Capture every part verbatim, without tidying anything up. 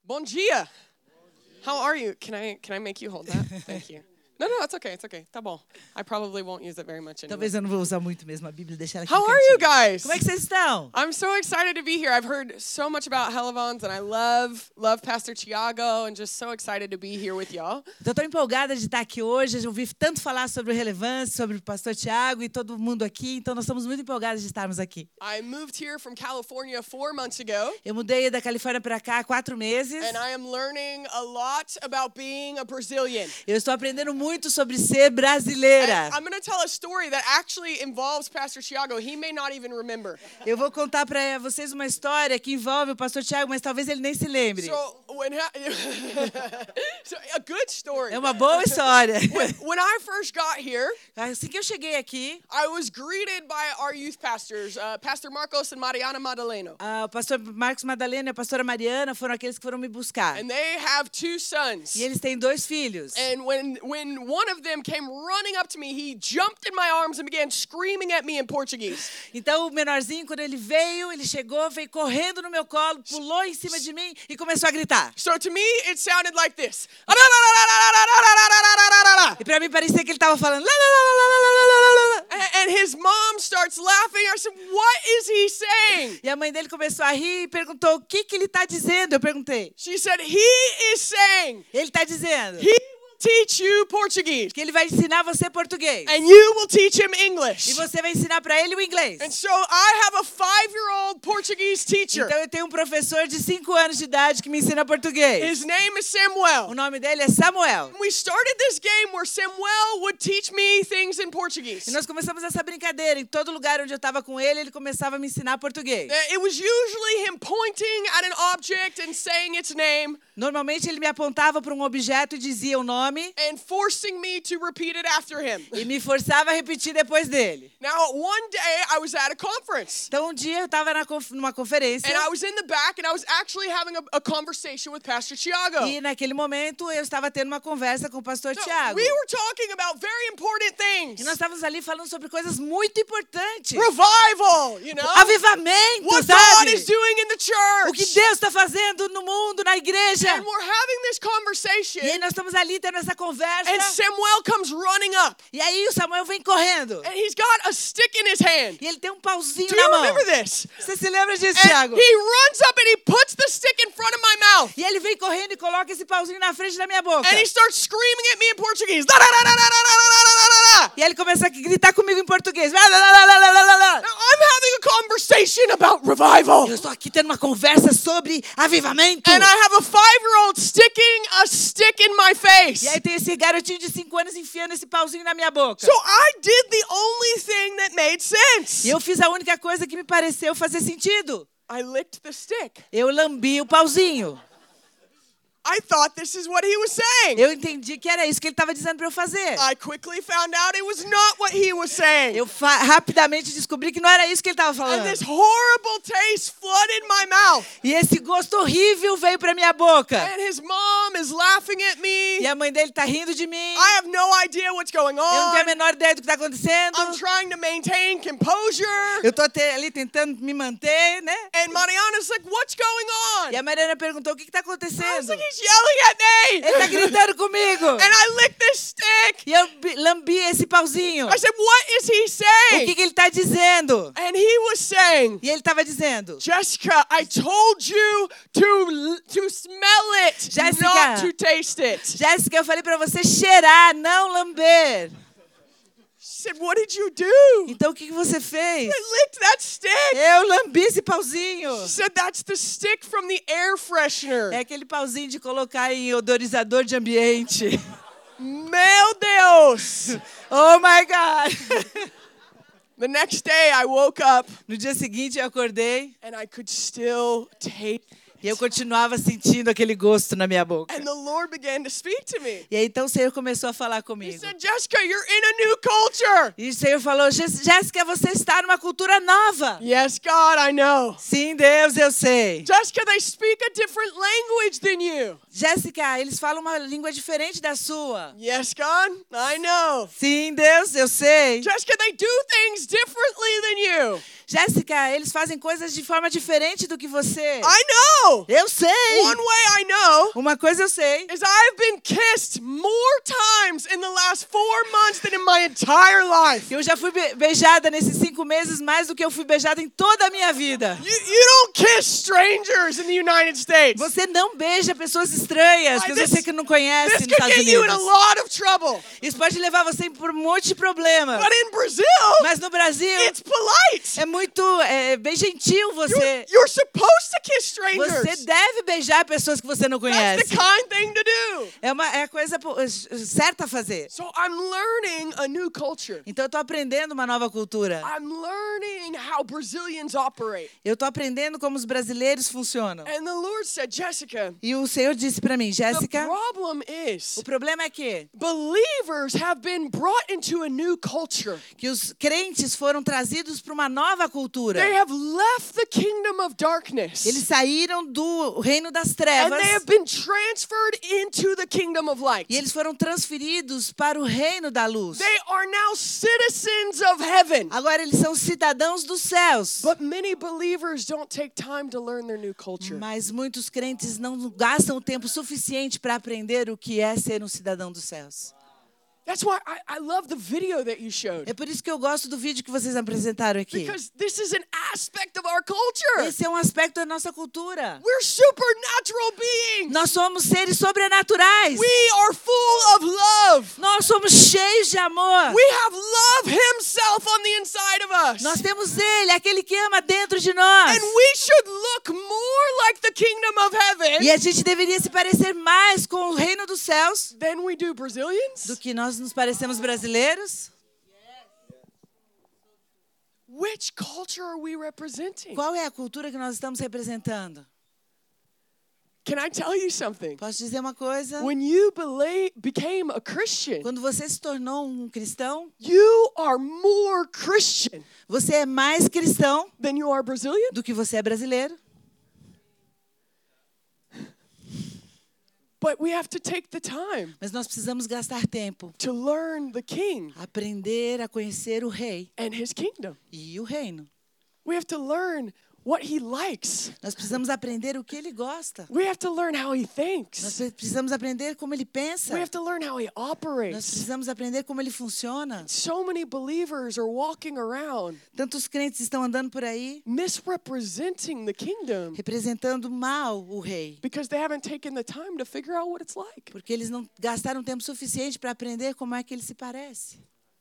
Bom dia. How are you? Can I can I make you hold that? Thank you. No, no, it's okay. It's okay. Tá bom. I probably won't use it very much anyway. Talvez eu não vou usar muito mesmo a Bíblia, deixar ela aqui. How are you guys? Como é que vocês estão? I'm so excited to be here. I've heard so much about Hellavans, and I love love Pastor Tiago, and just so excited to be here with y'all. Estou tão empolgada de estar aqui hoje. Eu ouvi tanto falar sobre relevância, sobre o pastor Tiago e todo mundo aqui, então nós estamos muito empolgados de estarmos aqui. I moved here from California four months ago. Eu mudei da Califórnia para cá há quatro meses. And I am learning a lot about being a Brazilian. Eu estou aprendendo muito sobre ser brasileira. And I'm going to tell a story that actually involves Pastor Tiago. He may not even remember. Eu vou contar para vocês uma história que envolve o pastor Tiago, mas talvez ele nem se lembre. So, when so, a good story. É uma boa história. When, when I first got here, assim que eu cheguei aqui, I was greeted by our youth pastors, uh, Pastor Marcos and Mariana Madaleno. Uh, o pastor Marcos Madaleno e a pastora Mariana foram aqueles que foram me buscar. And they have two sons. E eles têm dois filhos. And when when one of them came running up to me, he jumped in my arms and began screaming at me in Portuguese. Então o menorzinho, quando ele veio, ele chegou, veio correndo no meu colo, pulou em cima de mim e começou a gritar. So to me, it sounded like this. E para mim parecia que ele estava falando. And his mom starts laughing. I said, "What is he saying?" E a mãe dele começou a rir e perguntou: "O que que ele está dizendo?" Eu perguntei. She said, "He is saying." Ele está dizendo. He teach you Portuguese. Que ele vai ensinar você português. And you will teach him English. E você vai ensinar para ele o inglês. And so I have a five-year-old Portuguese teacher. Então eu tenho um professor de cinco anos de idade que me ensina português. His name is Samuel. O nome dele é Samuel. We started this game where Samuel would teach me things in Portuguese. E nós começamos essa brincadeira. Em todo lugar onde eu estava com ele, ele começava a me ensinar português. It was usually him pointing at an object and saying its name. Normalmente ele me apontava para um objeto e dizia o nome. And forcing me to repeat it after him. E me forçava a repetir depois dele. Now, one day I was at a conference. Então um dia eu estava na conf- numa conferência. And I was in the back and I was actually having a, a conversation with Pastor Tiago. E naquele momento eu estava tendo uma conversa com o pastor So, Tiago. we were talking about very important things. E nós estávamos ali falando sobre coisas muito importantes. Revival, you know? Avivamento, What sabe? God is doing in the church. O que Deus está fazendo no mundo, na igreja. And we're having this conversation. E aí nós estamos ali tendo essa conversa. And Samuel comes running up. E aí o Samuel vem correndo. And he's got a stick in his hand. E ele tem um pauzinho Do na you mão. remember this? Você se lembra disso, And Thiago? he runs up and he puts the stick in front of my mouth. E ele vem correndo e coloca esse pauzinho na frente da minha boca. And he starts screaming at me in Portuguese. Da, da, da, da, da, da, da, da. E ele começa a gritar comigo em português. Lá, lá, lá, lá, lá, lá, lá. Now I'm having a conversation about revival. Eu estou aqui tendo uma conversa sobre avivamento. And I have a five-year-old sticking a stick in my face. E aí tem esse garotinho de cinco anos enfiando esse pauzinho na minha boca. So I did the only thing that made sense. E eu fiz a única coisa que me pareceu fazer sentido. I licked the stick. Eu lambi o pauzinho. I thought this is what he was saying. Eu entendi que era isso que ele estava dizendo para eu fazer. I quickly found out it was not what he was saying. Eu rapidamente descobri que não era isso que ele estava falando. And this horrible taste flooded my mouth. E esse gosto horrível veio para minha boca. And his mom is laughing at me. E a mãe dele está rindo de mim. I have no idea what's going on. Eu não tenho a menor ideia do que está acontecendo. I'm trying to maintain composure. Eu estou ali tentando me manter, né? And Mariana's like, what's going on? E a Mariana perguntou o que está acontecendo. I was like, he's yelling at me. Ele está gritando comigo. And I licked this stick. E eu lambi esse pauzinho. I said, what is he O saying? que, que ele está dizendo? And he was saying, E ele estava dizendo: Jessica, I told you to to smell it, Jessica. not to taste it. Jéssica, eu falei para você cheirar, não lamber. She said, what did you do? Então o que, que você fez? I licked that stick. Eu lambi esse pauzinho. She said, that's the stick from the air freshener. É aquele pauzinho de colocar em odorizador de ambiente. Meu Deus. Oh my God. The next day I woke up No dia seguinte eu acordei and I could still taste. e eu continuava sentindo aquele gosto na minha boca. And the Lord began to speak to me. E aí então o Senhor começou a falar He comigo. said, Jessica, you're in a new culture. E o Senhor falou: Jéssica, você está numa cultura nova. Yes, God, I know. Sim, Deus, eu sei. Jessica, they speak a different language than you. Jéssica, eles falam uma língua diferente da sua. Yes, God, I know. Sim, Deus, eu sei. Jessica, they do things differently than you. Jéssica, eles fazem coisas de forma diferente do que você. I know. know. Eu sei. One way I know Uma coisa eu sei. is I've been kissed more times in the last four months than in my entire life. Eu já fui be- beijada nesses cinco meses mais do que eu fui beijada em toda a minha vida. You, you don't kiss strangers in the United States. Você não beija pessoas estranhas, Why, pessoas this- que não conhece This nos could Estados get you in a Unidos. lot of trouble. Isso pode levar você por um monte de problema. But in Brazil, Mas no Brasil, it's polite. é muito é, bem gentil você. You're, you're supposed to kiss Você strangers. deve beijar pessoas que você não That's conhece. the kind thing to do. É, uma, é a coisa po- certa a fazer. So I'm learning a new culture. Então eu tô aprendendo uma nova cultura. I'm learning how Brazilians operate. Eu tô aprendendo como os brasileiros funcionam. And the Lord said, Jessica, E o Senhor disse para mim, the Jéssica, problem is o problema é que believers have been brought into a new culture. que os crentes foram trazidos para uma nova cultura. They have left the kingdom of darkness. Eles saíram do reino das And trevas they have been transferred into the kingdom of light. e eles foram transferidos para o reino da luz. They are now citizens of heaven. Agora eles são cidadãos dos céus. But many believers don't take time to learn their new culture. Mas muitos crentes não gastam o tempo suficiente para aprender o que é ser um cidadão dos céus. That's why I, I love the video that you showed. É por isso que eu gosto do vídeo que vocês apresentaram aqui. Because this is an aspect of our culture. Esse é um aspecto da nossa cultura. We're supernatural beings. Nós somos seres sobrenaturais. We are full of love. Nós somos cheios de amor. We have love himself on the inside of us. Nós temos Ele, aquele que ama dentro de nós. And we should look more like the kingdom of heaven E a gente deveria se parecer mais com o reino dos céus than we do Brazilians. do que nós nos parecemos brasileiros. Which culture are we representing? Qual é a cultura que nós estamos representando? Can I tell you something? Posso dizer uma coisa? When you bela- became a Christian, Quando você se tornou um cristão, you are more Christian você é mais cristão than you are Brazilian. do que você é brasileiro. But we have to take the time Mas nós precisamos gastar tempo, to learn the king aprender a conhecer o rei and his kingdom. e o reino. We have to learn what he likes. Nós precisamos aprender o que ele gosta. We have to learn how he Nós thinks. precisamos aprender como ele pensa. We have to learn how he Nós operates. precisamos aprender como ele funciona. So many believers are walking around Tantos crentes estão andando por aí misrepresenting the kingdom representando mal o rei, because they haven't taken the time to figure out what it's like. porque eles não gastaram tempo suficiente para aprender como é que ele se parece.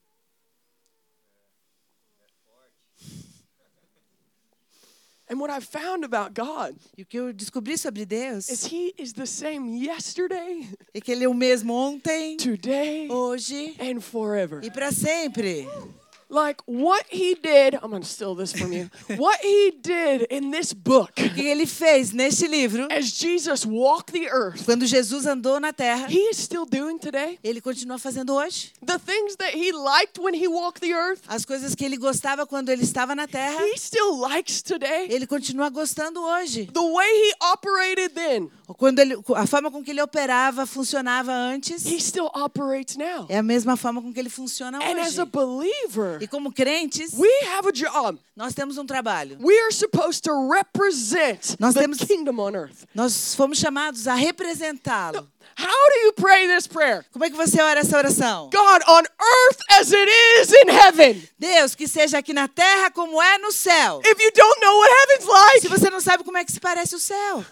And what I've found about God E o que eu descobri sobre Deus is he is the same yesterday, é que ele é o mesmo ontem, today, hoje and forever. e para sempre. Like what he did, I'm going to steal this from you. What he did in this book O que ele fez neste livro, as Jesus walked the earth, quando Jesus andou na terra, he is still doing today. ele continua fazendo hoje. The things that he liked when he walked the earth, As coisas que ele gostava quando ele estava na terra, he still likes today. ele continua gostando hoje. The way he operated then, Quando ele, a forma com que ele operava, funcionava antes, he still operates now. é a mesma forma com que ele funciona And as hoje. a believer, E como crentes, we have a job. nós temos um trabalho. We are supposed to represent Nós the temos- kingdom on earth. Nós fomos chamados a representá-lo. How do you pray this prayer? Como é que você ora essa oração? God, on earth as it is in heaven. Deus, que seja aqui na terra como é no céu. If you don't know what heaven's Se like, você não sabe como é que se parece o céu.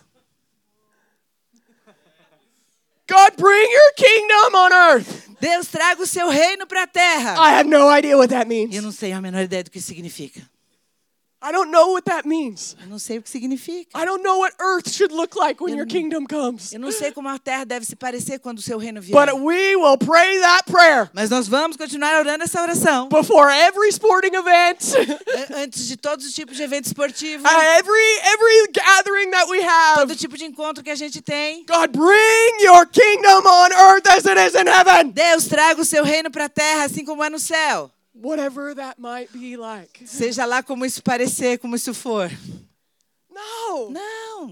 God, bring your kingdom on earth. Deus, traga o seu reino para a terra. I have no idea what that means. Eu não sei a menor ideia do que isso significa. I don't know what that means. Eu não sei o que significa. I don't know what earth should look like when Eu your não- kingdom comes. Eu não sei como a terra deve se parecer quando o seu reino vier. But we will pray that prayer Mas nós vamos continuar orando essa oração. before every sporting event, An- Antes de todos os tipos de evento esportivo, every every gathering that we have. todo tipo de encontro que a gente tem. God, bring your kingdom on earth as it is in heaven. Deus, traga o seu reino para a terra, assim como é no céu. Whatever that might be like. Seja lá como isso parecer, como isso for. No. Não.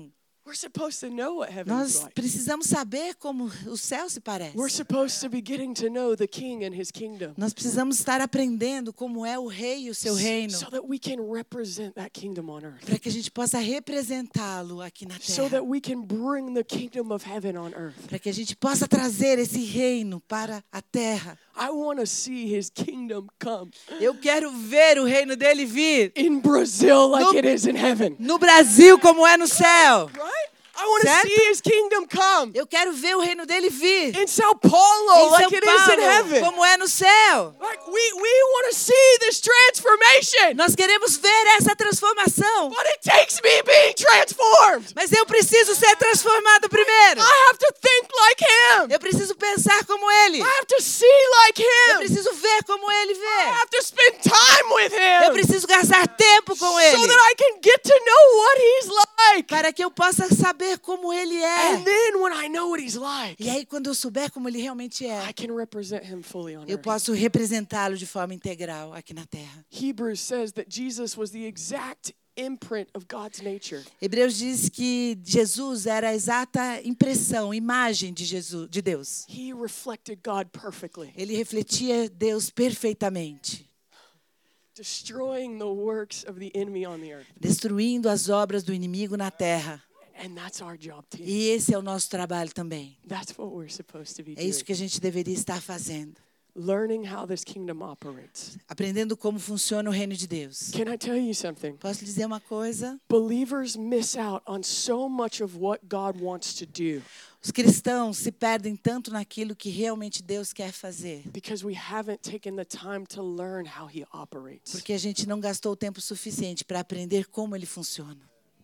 We're supposed to know what heaven is Nós like. precisamos saber como o céu se parece. We're supposed to be getting to know the King and his kingdom. Nós precisamos estar aprendendo como é o rei e o seu reino, So that we can represent that kingdom on earth. para que a gente possa representá-lo aqui na So terra. that we can bring the kingdom of heaven on earth. Para que a gente possa trazer esse reino para a terra. I want to see his kingdom come Eu quero ver o reino dele vir in Brazil like No- it is in heaven. no Brasil como é no céu. Right? I want to Certo? see his kingdom come Eu quero ver o reino dele vir in Sao Paulo em like São it is in Paulo heaven. como é no céu. Like we, we want to see this transformation. Nós queremos ver essa transformação, But it takes me being transformed. mas eu preciso ser transformado primeiro. I have to think like him. Eu preciso pensar como ele. I have to see like Eu him. preciso ver como ele I vê. have to spend time with Eu him preciso gastar tempo com so ele, that I can get to know what he's like. para que eu possa saber como ele é. And then when I know what he's like, E aí, quando eu souber como ele realmente I é, can represent him fully on eu earth. posso representá-lo de forma integral aqui na terra. Hebrews says that Jesus was the exact imprint of God's nature. Hebreus diz que Jesus era a exata impressão, imagem de Jesus, de Deus. He reflected God perfectly, Ele refletia Deus perfeitamente, destroying the works of the enemy on the earth. destruindo as obras do inimigo na terra. And that's our job too. E esse é o nosso trabalho também. That's what we're supposed to be É isso doing. que a gente deveria estar fazendo. Learning how this kingdom operates. Aprendendo como funciona o reino de Deus. Can I tell you something? Posso lhe dizer uma coisa? Believers miss out on so much of what God wants to do Os cristãos se perdem tanto naquilo que realmente Deus quer fazer, because we haven't taken the time to learn how he operates. porque a gente não gastou o tempo suficiente para aprender como ele funciona.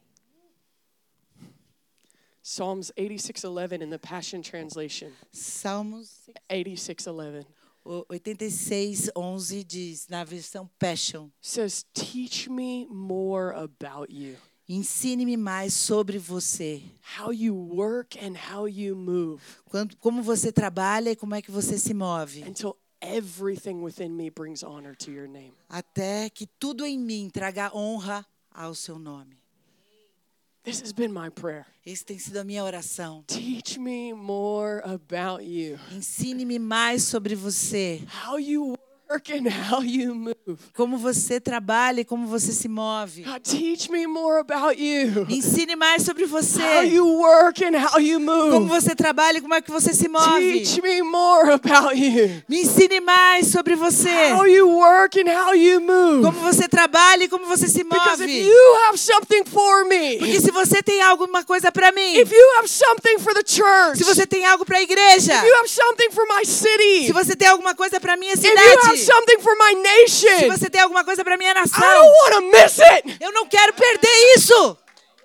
Psalms eighty-six eleven in the Passion Translation. Salmos eighty-six eleven o oitenta e seis, onze diz, na versão Passion: says, "Teach me more about you. ensine-me mais sobre você. How you work and how you move Quando, como você trabalha e como é que você se move. until everything within me brings honor to your name." Até que tudo em mim traga honra ao seu nome. This has been my prayer. Essa tem sido a minha oração. Teach me more about you. Ensine-me mais sobre você. How you work and how you move. Como você trabalha e como você se move. God, teach me more about you. Ensine mais sobre How você. you work and how you Como move. você trabalha e como é que você se move. Teach me more about you. Me ensine mais sobre você. How you work and how you move. Como você trabalha e como você se Because if move. you have something for me, Porque se você tem alguma coisa para mim, if you have something for the church, se você tem algo para a igreja, if you have something for my city, se você tem alguma coisa para minha if you have cidade, something for my se nation, você tem alguma coisa para minha I nação, don't want to miss it. eu não quero perder isso.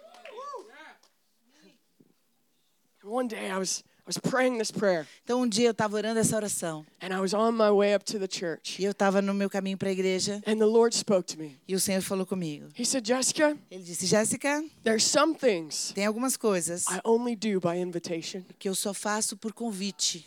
One day I was I was praying this prayer, Então um dia eu estava orando essa oração and I was on my way up to the church, e eu estava no meu caminho para a igreja and the Lord spoke to me. e o Senhor falou comigo. He said, "Jessica, Ele disse: Jéssica, there's some things tem algumas coisas I only do by invitation." que eu só faço por convite.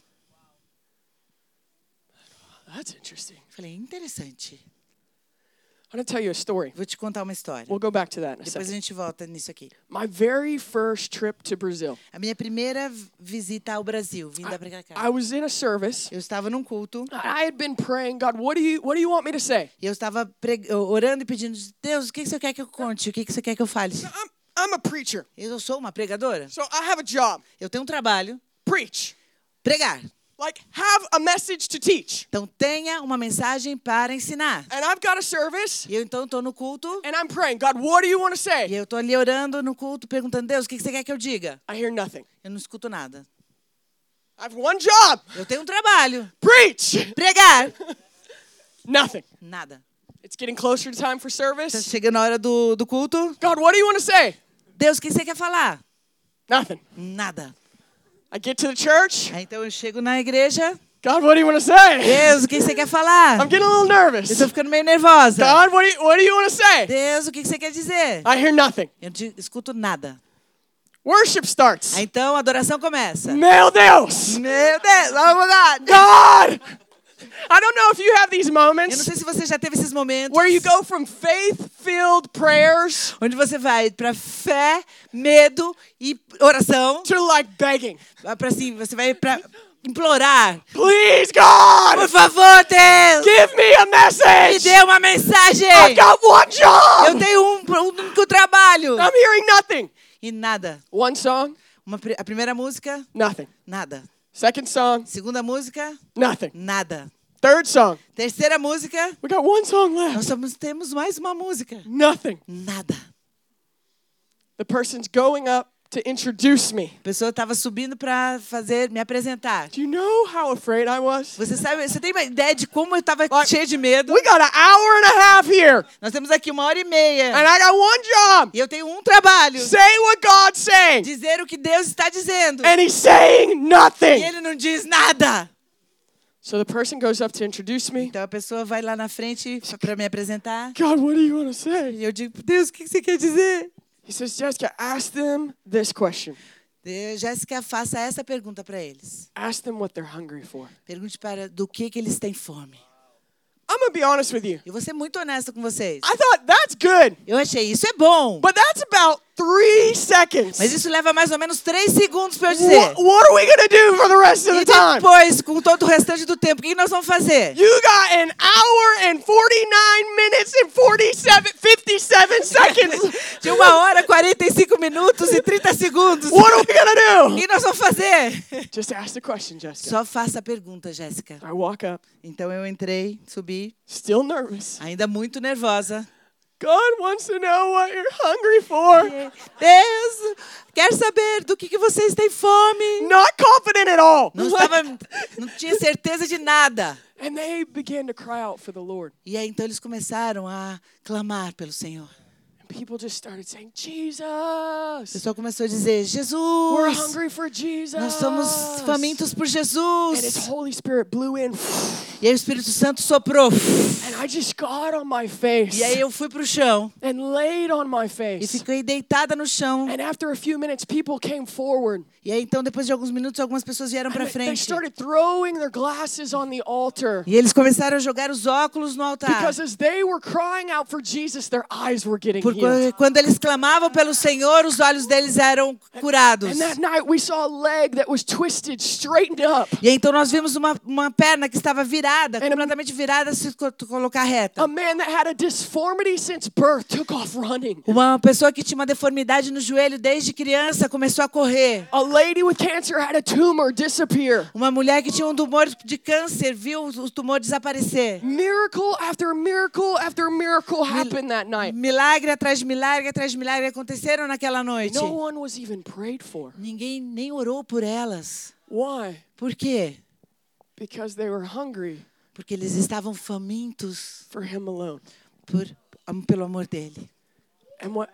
That's interesting. Falei, interessante. I'm going to tell you a story. Vou te contar uma história. We'll go back to that in a Depois a second. gente volta nisso aqui. My very first trip to Brazil. A minha primeira visita ao Brasil, vinda para cá. I was in a service. Eu estava num culto I had been praying, God, what do you what do you want me to say? e eu estava preg- orando e pedindo, Deus, o que que você quer que eu conte? O que que você quer que eu fale? I'm I'm a preacher. Eu sou uma pregadora. So I have a job. Eu tenho um trabalho, Preach. pregar. Like have a message to teach. Então tenha uma mensagem para ensinar. And I've got a service E eu então estou no culto and I'm praying, God, what do you want to e say? eu estou ali orando no culto, perguntando, Deus, o que que você quer que eu diga? I hear nothing. Eu não escuto nada. I have one job. Eu tenho um trabalho, Preach. pregar. Nothing. Nada. It's getting closer to time for Tá service. chegando a hora do, do culto. God, what do you want to say? Deus, o que você quer falar? Nothing. Nada. I get to the church. Aí, então eu chego na igreja. God, what do you want to say? Deus, o que você quer falar? I'm getting a little nervous. Eu estou ficando meio nervosa. God, what do you, what do you want to say? Deus, o que você quer dizer? I hear nothing. Eu não te- escuto nada. Worship starts. Aí, então a adoração começa. Meu Deus! Meu Deus, oh my God. God! I don't know if you have these Eu não moments sei se você já teve esses momentos where you go from faith-filled prayers onde você vai para fé, medo e oração, to like begging. para assim, você vai para implorar. Please, God, Por favor, Deus, give me a me message. dê uma mensagem. I've got one Eu job. tenho um, um único trabalho. I'm hearing nothing. E nada. One song, Uma, pri- a primeira música, nothing. nada. Second song, Segunda música, nothing. nada. Third song, Terceira música, we got one song left. nós somos, temos mais uma música. Nothing. Nada. The person's going up to introduce me. A pessoa estava subindo para fazer, me apresentar. Do you know how afraid I was? Você sabe, você tem uma ideia de como eu estava Like, cheia de medo? We got an hour and a half here, Nós temos aqui uma hora e meia. and I got one job. E eu tenho um trabalho. Say what God's saying. Dizer o que Deus está dizendo. And he's saying E nothing. ele não diz nada. So the person goes up to introduce me. Então a pessoa vai lá na frente para me apresentar. God, what do you want to say? E eu digo, Deus, o que você quer dizer? He says, Jessica, ask them this question. Eh, Jéssica, faça essa pergunta para eles. Ask them what they're hungry for. Pergunte para do que, que eles têm fome. I'm going to be honest with you. Eu vou ser muito honesta com vocês. I thought that's good, Eu achei isso é bom. but that's about three seconds. Mas isso leva mais ou menos três segundos para eu dizer. What, what are we going to do for the rest of E the time? depois, com todo o restante do tempo, o que nós vamos fazer? You got an hour and forty-nine minutes and forty-seven, fifty-seven seconds. De uma hora, quarenta e cinco minutos e trinta segundos. What are we going to O do? que nós vamos fazer? Just ask the question, Jessica. Só faça a pergunta, Jéssica. I walk up, Então eu entrei, subi, still nervous. ainda muito nervosa. God wants to know what you're hungry for. Deus, quer saber do que, que vocês têm fome? Not confident at all. Não estava, não tinha certeza de nada. And they began to cry out for the Lord. E aí então eles começaram a clamar pelo Senhor. And people just started saying, O Jesus. pessoal começou a dizer, We're Jesus, hungry for Jesus. nós somos famintos por And His Jesus. Holy Spirit blew in. E aí o Espírito Santo soprou. And I just got on my face. E aí eu fui pro chão And laid on my e face. fiquei deitada no chão. And after a few minutes, people came forward. E aí então depois de alguns minutos algumas pessoas vieram And para they- they frente. started throwing their glasses on the altar. E eles começaram a jogar os óculos no altar. Because as they were crying out for Jesus, their eyes were getting Porque healed. quando eles clamavam pelo Senhor, os olhos deles eram curados. And that night, we saw a leg that was twisted, straightened up. E aí, então nós vimos uma, uma perna que estava virada, completamente virada, se co- colocar reta. A man that had a deformity since birth took off running. Uma pessoa que tinha uma deformidade no joelho desde criança começou a correr. A lady with cancer had a tumor disappear. Uma mulher que tinha um tumor de câncer viu o tumor desaparecer. Miracle after miracle after miracle happened that night. Milagre atrás de milagre atrás de milagre aconteceram naquela noite. No one was even prayed for. Ninguém nem orou por elas. Why? Por quê? Because they were hungry Porque eles estavam famintos for Him alone. por, pelo amor dele. And what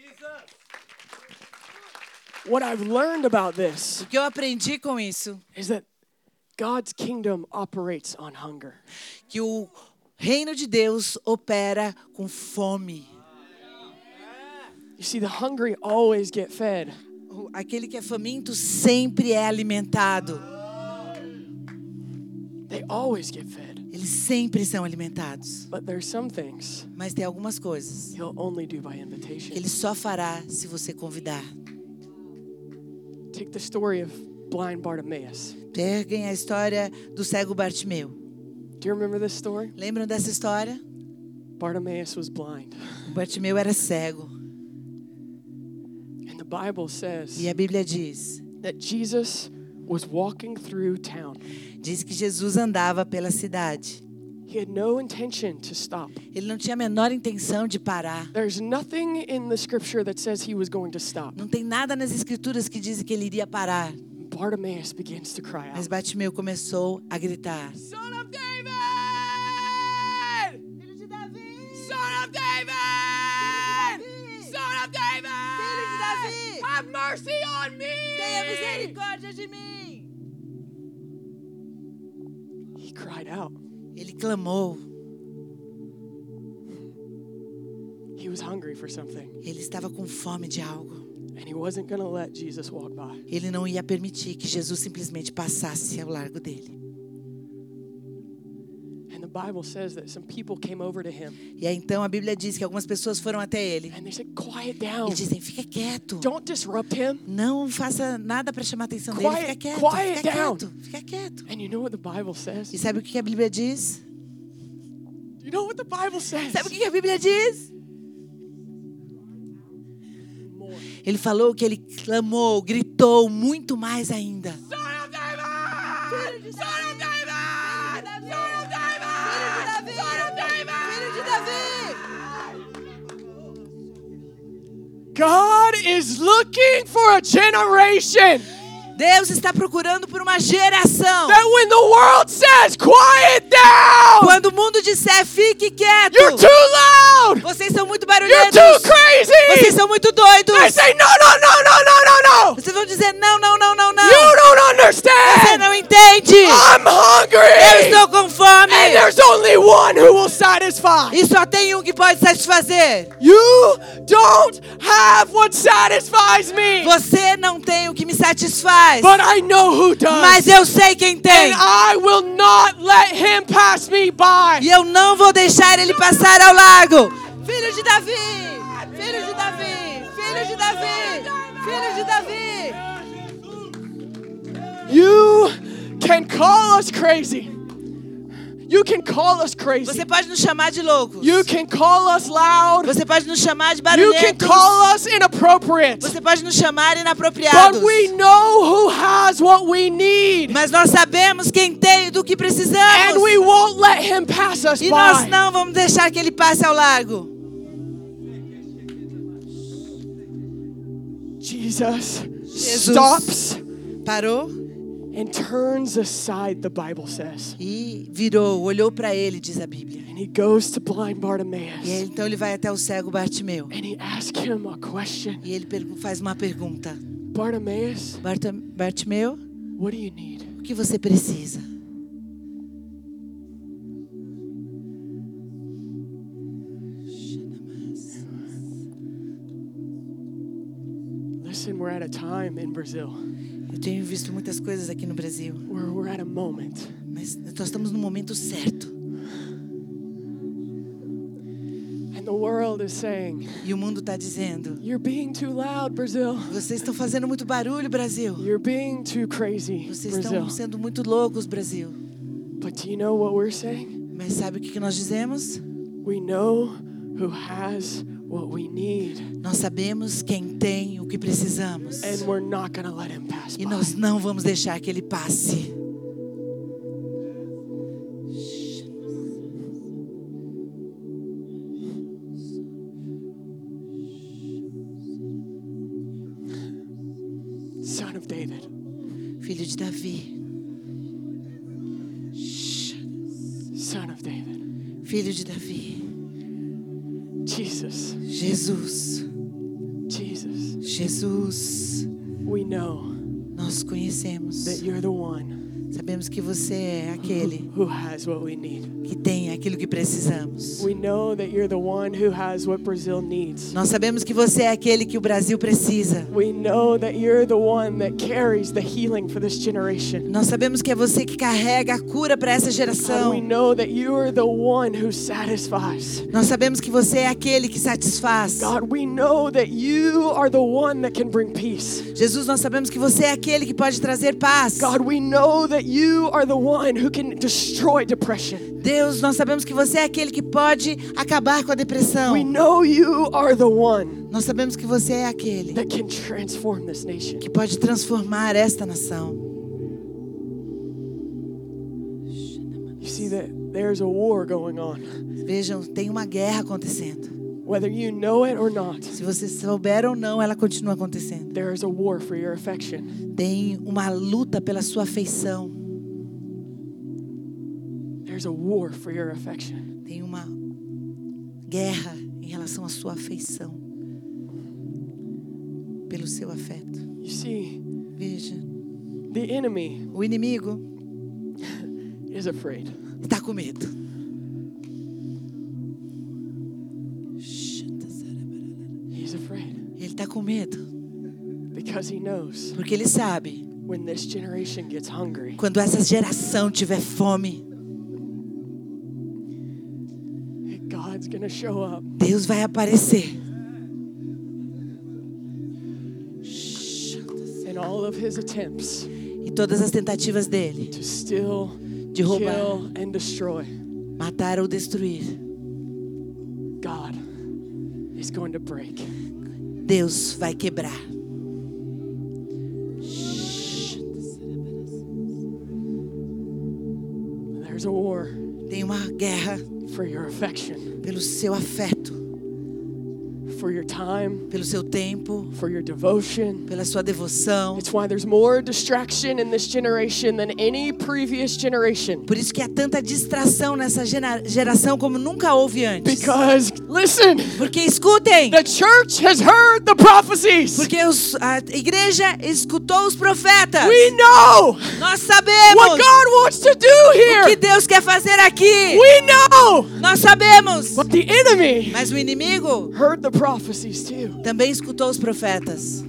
what I've learned about this O que eu aprendi com isso? is that God's kingdom operates on hunger. Que o reino de Deus opera com fome. You see, the hungry always get fed. O- Aquele que é faminto sempre é alimentado. They always get fed. Eles sempre são alimentados. But there's some things Mas tem algumas coisas He'll only do by que invitation. ele só fará se você convidar. Take the story of blind Bartimaeus. Peguem a história do cego Bartimeu. Do you remember this story? Lembram dessa história? Bartimaeus was blind. O Bartimeu era cego. And the Bible says E a Bíblia diz, that Jesus was walking through town. diz que Jesus andava pela cidade. He had no intention to stop. Ele não tinha a menor intenção de parar. There's nothing in the scripture that says he was going to stop. Não tem nada nas escrituras que diz que ele iria parar. Bartimaeus begins to cry Mas out. Bartimeu começou a gritar. Son of David! Filho de Davi! Son of David! Son of David! Filho de Davi! Have mercy on me! Tenha misericórdia de mim! He cried out. Ele clamou. He was hungry for something. Ele estava com fome de algo. And he wasn't going to let Jesus walk by. Ele não ia permitir que Jesus simplesmente passasse ao largo dele. the Bible says that some people came over to him. E aí então a Bíblia diz que algumas pessoas foram até ele And they said, quiet down. e dizem: fica quieto. Don't disrupt him. Não faça nada para chamar a atenção dele. Quiet- Fica quieto. quiet Fica down. quieto. Fica quieto. And you know what the Bible says? E sabe o que a Bíblia diz? You know what the Bible says? Sabe o que a Bíblia diz? More. Ele falou que ele clamou, gritou muito mais ainda. Son of David! Son of David! Son of David! Son of David! God is looking for a generation Deus está procurando por uma geração. that when the world says, quiet down, Quando o mundo disser: fique quieto. you're too loud, Vocês são muito you're barulhentos. too crazy, Vocês são muito doidos. they say, no, no, no, no, no, no, no, Vocês vão dizer: não, não, não, não, não. you don't Você understand, não entende. I'm Eu hungry, estou com fome. and there's only one who will satisfy. E só tem um que pode satisfazer. You don't have what satisfies me, Você não tem o que me satisfaz. but I know who does. Mas eu sei quem tem. And I will not let him pass me by. E eu não vou deixar ele passar ao largo. Filho de Davi. Filho de Davi. Filho de Davi. Filho de Davi. You can call us crazy. You can call us crazy. Você pode nos chamar de loucos. You can call us loud. Você pode nos chamar de You can barulhentos. call us inappropriate. Você pode nos chamar inapropriados. But we know who has what we need. Mas nós sabemos quem tem do que precisamos. And we won't let him pass us E nós by. não vamos deixar que ele passe ao largo. Jesus Jesus. stops Parou and turns aside, the Bible says. e virou, olhou para ele, diz a Bíblia. And he goes to blind E aí, Bartimaeus. então ele vai até o cego Bartimeu. And he asks him a question. E ele pergu- faz uma pergunta. Bartimaeus, Barta- Bartimeu, what do you need? o que você precisa? Listen, we're at a time in Brazil Eu tenho visto muitas coisas aqui no Brasil, where we're at a moment mas nós estamos no momento certo. and the world is saying, E o mundo está dizendo: you're being too loud, Brazil. vocês estão fazendo muito barulho, Brasil. You're being too crazy, Vocês Brazil. estão sendo muito loucos, Brasil. But do you know what we're saying? Mas sabe o que que nós dizemos? We know who has what we need, Nós sabemos quem tem o que precisamos. and we're not going to let him pass E by. nós não vamos deixar que ele passe. Son of David, Filho de Davi. son of David, Filho de Davi. Jesus, Jesus. Jesus, Jesus. we know Nós conhecemos. that you're the one Sabemos que você é aquele who has what we need. que tem aquilo que precisamos. We know that you're the one who has what Brazil needs. Nós sabemos que você é aquele que o Brasil precisa. We know that you're the one that carries the healing for this generation. Nós sabemos que é você que carrega a cura para essa God, we geração. know that you're the one who satisfies. Nós sabemos que você é aquele que satisfaz. God, we know that you are the one that can bring peace. Jesus, nós sabemos que você é aquele que pode trazer paz. God, we know that you are the one who can destroy depression. Deus, nós sabemos que você é aquele que pode acabar com a depressão. We know you are the one Nós sabemos que você é aquele that can transform this nation. que pode transformar esta nação. You see that there's a war going on, Vejam, tem uma guerra acontecendo. whether you know it or not. Se você souber ou não, ela continua acontecendo. There is a war for your affection. Tem uma luta pela sua afeição. There's a war for your affection. Tem uma guerra em relação à sua afeição. Pelo seu afeto. You see, Veja, the enemy o inimigo is afraid. está com medo. He's afraid Ele está com medo. because he knows Porque ele sabe, when this generation gets hungry, quando essa geração tiver fome, gonna show up. Deus vai aparecer. In all of his attempts E todas as tentativas dele to steal, de roubar, kill, and destroy, matar ou destruir, God is going to break. Deus vai quebrar. There's a war Tem uma guerra for your affection, pelo seu afeto, for your time, pelo seu tempo, for your devotion. pela sua devoção. It's why there's more distraction in this generation than any previous generation. Por isso que há tanta distração nessa gera- geração como nunca houve antes. Because, listen, Porque escutem, the church has heard the prophecies. porque os, a igreja escutou os profetas. We know Nós sabemos what God wants to do o que here. Deus quer fazer aqui. We know. Nós sabemos. But the enemy Mas o inimigo heard the prophecies too. também escutou os profetas.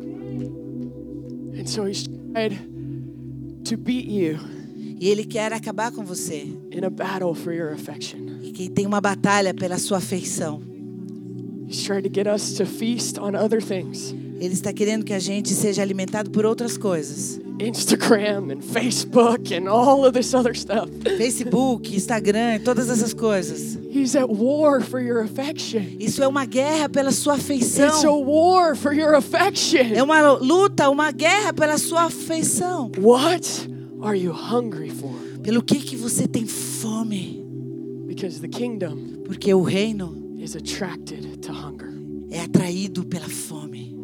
And so he's tried to beat you E ele quer acabar com você. in a battle for your affection. E que tem uma batalha pela sua afeição. He's tried to get us to feast on other things. Ele está querendo que a gente seja alimentado por outras coisas. Instagram and Facebook and all of this other stuff. Facebook, Instagram, todas essas coisas. He's at war for your affection. Isso é uma guerra pela sua It's a afeição. war for your affection. É uma luta, uma guerra pela sua afeição. What are you hungry for? Pelo que que você tem fome? Because the kingdom Porque o reino is attracted to hunger. é atraído pela fome.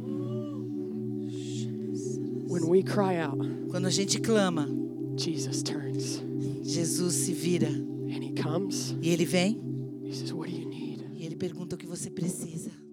When we cry out, Quando a gente clama, Jesus turns Jesus se vira and he comes. e ele vem He says, "What do you need?" e ele pergunta o que você precisa.